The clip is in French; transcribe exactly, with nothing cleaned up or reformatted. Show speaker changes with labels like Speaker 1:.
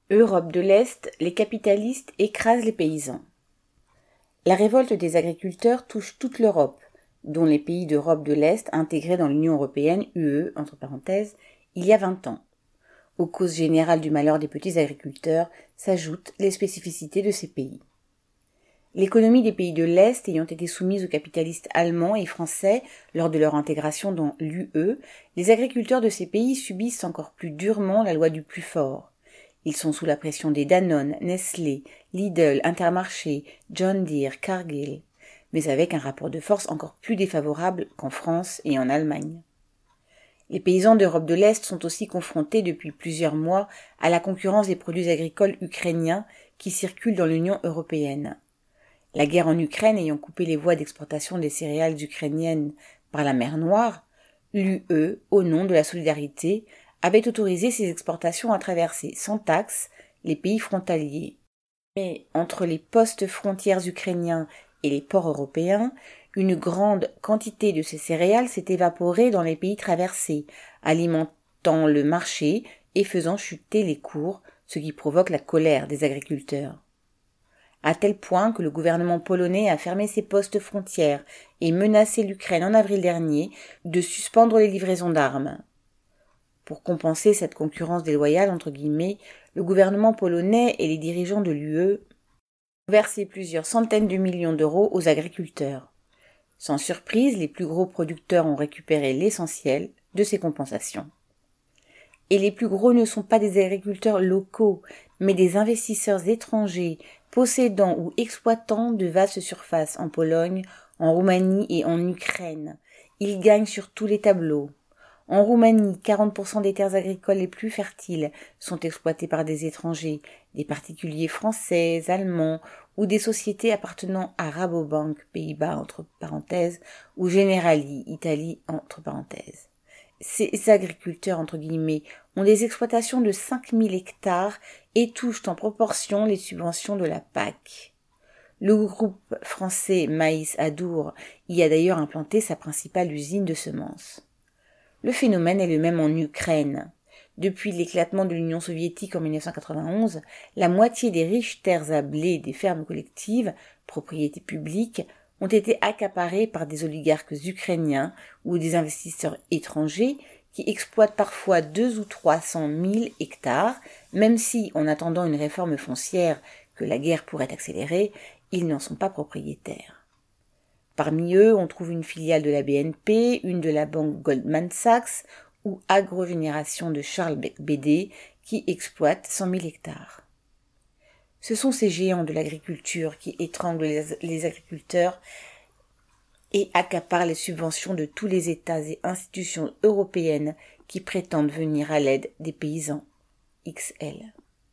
Speaker 1: Europe de l'Est, les capitalistes écrasent les paysans. La révolte des agriculteurs touche toute l'Europe, dont les pays d'Europe de l'Est intégrés dans l'Union européenne U E, entre parenthèses, il y a vingt ans. Aux causes générales du malheur des petits agriculteurs s'ajoutent les spécificités de ces pays. L'économie des pays de l'Est ayant été soumise aux capitalistes allemands et français lors de leur intégration dans l'U E, les agriculteurs de ces pays subissent encore plus durement la loi du plus fort. Ils sont sous la pression des Danone, Nestlé, Lidl, Intermarché, John Deere, Cargill, mais avec un rapport de force encore plus défavorable qu'en France et en Allemagne. Les paysans d'Europe de l'Est sont aussi confrontés depuis plusieurs mois à la concurrence des produits agricoles ukrainiens qui circulent dans l'Union européenne. La guerre en Ukraine ayant coupé les voies d'exportation des céréales ukrainiennes par la mer Noire, l'U E, au nom de la solidarité, avait autorisé ces exportations à traverser sans taxe les pays frontaliers. Mais entre les postes frontières ukrainiens et les ports européens, une grande quantité de ces céréales s'est évaporée dans les pays traversés, alimentant le marché et faisant chuter les cours, ce qui provoque la colère des agriculteurs. À tel point que le gouvernement polonais a fermé ses postes frontières et menacé l'Ukraine en avril dernier de suspendre les livraisons d'armes. Pour compenser cette concurrence déloyale, entre guillemets, le gouvernement polonais et les dirigeants de l'U E ont versé plusieurs centaines de millions d'euros aux agriculteurs. Sans surprise, les plus gros producteurs ont récupéré l'essentiel de ces compensations. Et les plus gros ne sont pas des agriculteurs locaux, mais des investisseurs étrangers possédant ou exploitant de vastes surfaces en Pologne, en Roumanie et en Ukraine. Ils gagnent sur tous les tableaux. En Roumanie, quarante pour cent des terres agricoles les plus fertiles sont exploitées par des étrangers, des particuliers français, allemands ou des sociétés appartenant à Rabobank, Pays-Bas, entre parenthèses, ou Generali, Italie, entre parenthèses. Ces agriculteurs, entre guillemets, ont des exploitations de cinq mille hectares et touchent en proportion les subventions de la P A C. Le groupe français Maïs Adour y a d'ailleurs implanté sa principale usine de semences. Le phénomène est le même en Ukraine. Depuis l'éclatement de l'Union soviétique en mille neuf cent quatre-vingt-onze, la moitié des riches terres à blé des fermes collectives, propriété publique, ont été accaparées par des oligarques ukrainiens ou des investisseurs étrangers qui exploitent parfois deux ou trois cent mille hectares, même si, en attendant une réforme foncière que la guerre pourrait accélérer, ils n'en sont pas propriétaires. Parmi eux, on trouve une filiale de la B N P, une de la banque Goldman Sachs ou Agrogénération de Charles Bédé qui exploitent cent mille hectares. Ce sont ces géants de l'agriculture qui étranglent les agriculteurs et accaparent les subventions de tous les États et institutions européennes qui prétendent venir à l'aide des paysans. X L